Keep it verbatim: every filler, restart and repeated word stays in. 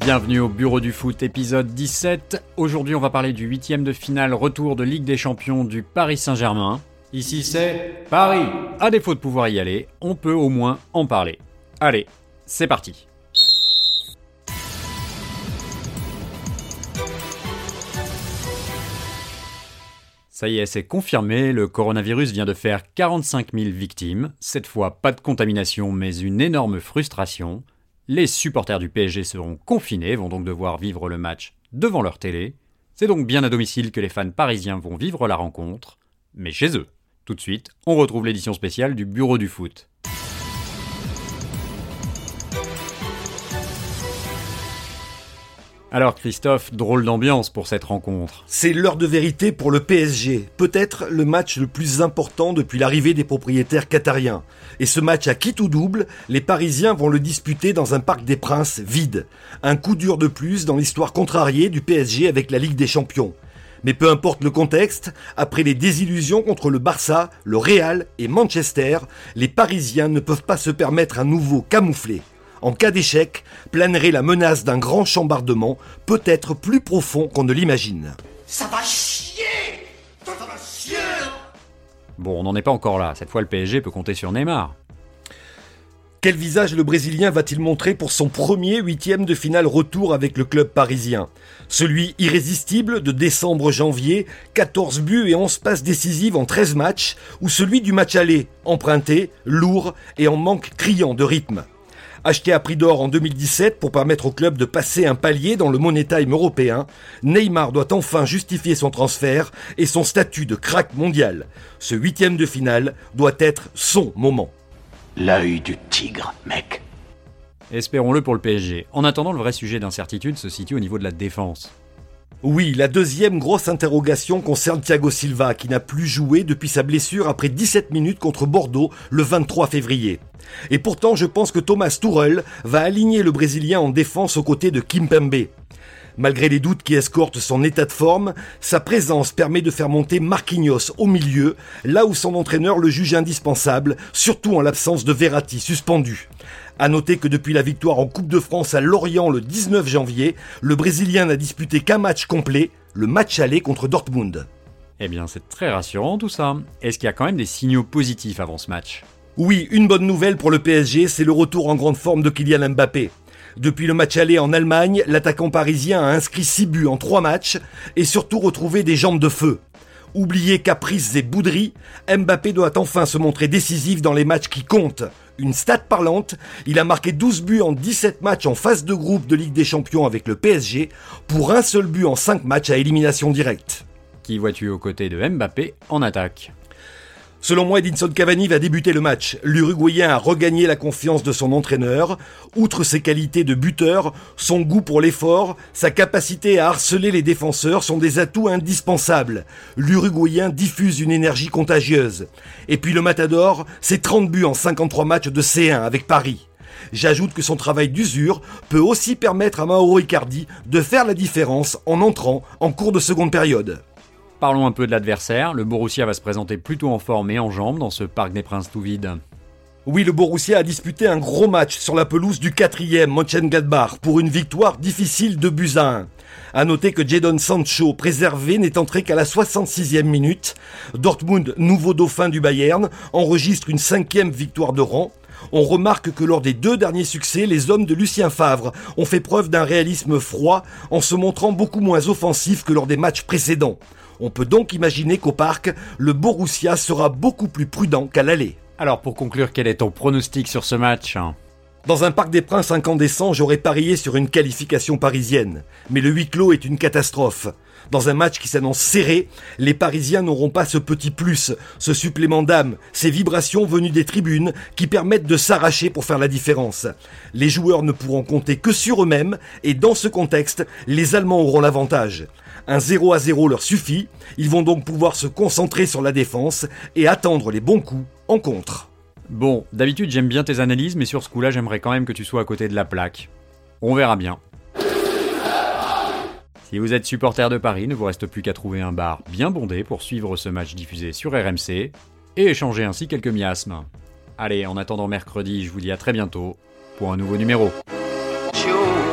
Bienvenue au Bureau du Foot, épisode dix-sept. Aujourd'hui, on va parler du huitième de finale retour de Ligue des Champions du Paris Saint-Germain. Ici, c'est Paris. À défaut de pouvoir y aller, on peut au moins en parler. Allez, c'est parti. Ça y est, c'est confirmé, le coronavirus vient de faire quarante-cinq mille victimes. Cette fois, pas de contamination, mais une énorme frustration. Les supporters du P S G seront confinés, vont donc devoir vivre le match devant leur télé. C'est donc bien à domicile que les fans parisiens vont vivre la rencontre, mais chez eux. Tout de suite, on retrouve l'édition spéciale du Bureau du Foot. Alors Christophe, drôle d'ambiance pour cette rencontre. C'est l'heure de vérité pour le P S G, peut-être le match le plus important depuis l'arrivée des propriétaires qatariens. Et ce match à quitte ou double, les Parisiens vont le disputer dans un Parc des Princes vide. Un coup dur de plus dans l'histoire contrariée du P S G avec la Ligue des Champions. Mais peu importe le contexte, après les désillusions contre le Barça, le Real et Manchester, les Parisiens ne peuvent pas se permettre un nouveau camouflé. En cas d'échec, planerait la menace d'un grand chambardement, peut-être plus profond qu'on ne l'imagine. Ça va chier! Ça va chier! Bon, on n'en est pas encore là. Cette fois, le P S G peut compter sur Neymar. Quel visage le Brésilien va-t-il montrer pour son premier huitième de finale retour avec le club parisien ? Celui irrésistible de décembre-janvier, quatorze buts et onze passes décisives en treize matchs, ou celui du match aller, emprunté, lourd et en manque criant de rythme ? Acheté à prix d'or en deux mille dix-sept pour permettre au club de passer un palier dans le Money Time européen, Neymar doit enfin justifier son transfert et son statut de crack mondial. Ce huitième de finale doit être son moment. L'œil du tigre, mec. Espérons-le pour le P S G. En attendant, le vrai sujet d'incertitude se situe au niveau de la défense. Oui, la deuxième grosse interrogation concerne Thiago Silva, qui n'a plus joué depuis sa blessure après dix-sept minutes contre Bordeaux le vingt-trois février. Et pourtant, je pense que Thomas Tuchel va aligner le Brésilien en défense aux côtés de Kimpembe. Malgré les doutes qui escortent son état de forme, sa présence permet de faire monter Marquinhos au milieu, là où son entraîneur le juge indispensable, surtout en l'absence de Verratti suspendu. À noter que depuis la victoire en Coupe de France à Lorient le dix-neuf janvier, le Brésilien n'a disputé qu'un match complet, le match aller contre Dortmund. Eh bien, c'est très rassurant tout ça. Est-ce qu'il y a quand même des signaux positifs avant ce match ? Oui, une bonne nouvelle pour le P S G, c'est le retour en grande forme de Kylian Mbappé. Depuis le match aller en Allemagne, l'attaquant parisien a inscrit six buts en trois matchs et surtout retrouvé des jambes de feu. Oublié caprices et bouderies, Mbappé doit enfin se montrer décisif dans les matchs qui comptent. Une stat parlante, il a marqué douze buts en dix-sept matchs en phase de groupe de Ligue des Champions avec le P S G, pour un seul but en cinq matchs à élimination directe. Qui vois-tu aux côtés de Mbappé en attaque ? Selon moi, Edinson Cavani va débuter le match. L'Uruguayen a regagné la confiance de son entraîneur. Outre ses qualités de buteur, son goût pour l'effort, sa capacité à harceler les défenseurs sont des atouts indispensables. L'Uruguayen diffuse une énergie contagieuse. Et puis le Matador, c'est trente buts en cinquante-trois matchs de C un avec Paris. J'ajoute que son travail d'usure peut aussi permettre à Mauro Icardi de faire la différence en entrant en cours de seconde période. Parlons un peu de l'adversaire. Le Borussia va se présenter plutôt en forme et en jambes dans ce Parc des Princes tout vide. Oui, le Borussia a disputé un gros match sur la pelouse du quatrième Mönchengladbach pour une victoire difficile de buts à un. À noter que Jadon Sancho, préservé, n'est entré qu'à la soixante-sixième minute. Dortmund, nouveau dauphin du Bayern, enregistre une cinquième victoire de rang. On remarque que lors des deux derniers succès, les hommes de Lucien Favre ont fait preuve d'un réalisme froid en se montrant beaucoup moins offensifs que lors des matchs précédents. On peut donc imaginer qu'au parc, le Borussia sera beaucoup plus prudent qu'à l'aller. Alors pour conclure, quel est ton pronostic sur ce match ? Dans un Parc des Princes incandescent, j'aurais parié sur une qualification parisienne. Mais le huis clos est une catastrophe. Dans un match qui s'annonce serré, les Parisiens n'auront pas ce petit plus, ce supplément d'âme, ces vibrations venues des tribunes qui permettent de s'arracher pour faire la différence. Les joueurs ne pourront compter que sur eux-mêmes et dans ce contexte, les Allemands auront l'avantage. Un zéro à zéro leur suffit, ils vont donc pouvoir se concentrer sur la défense et attendre les bons coups en contre. Bon, d'habitude j'aime bien tes analyses, mais sur ce coup-là j'aimerais quand même que tu sois à côté de la plaque. On verra bien. Si vous êtes supporter de Paris, ne vous reste plus qu'à trouver un bar bien bondé pour suivre ce match diffusé sur R M C et échanger ainsi quelques miasmes. Allez, en attendant mercredi, je vous dis à très bientôt pour un nouveau numéro. Ciao.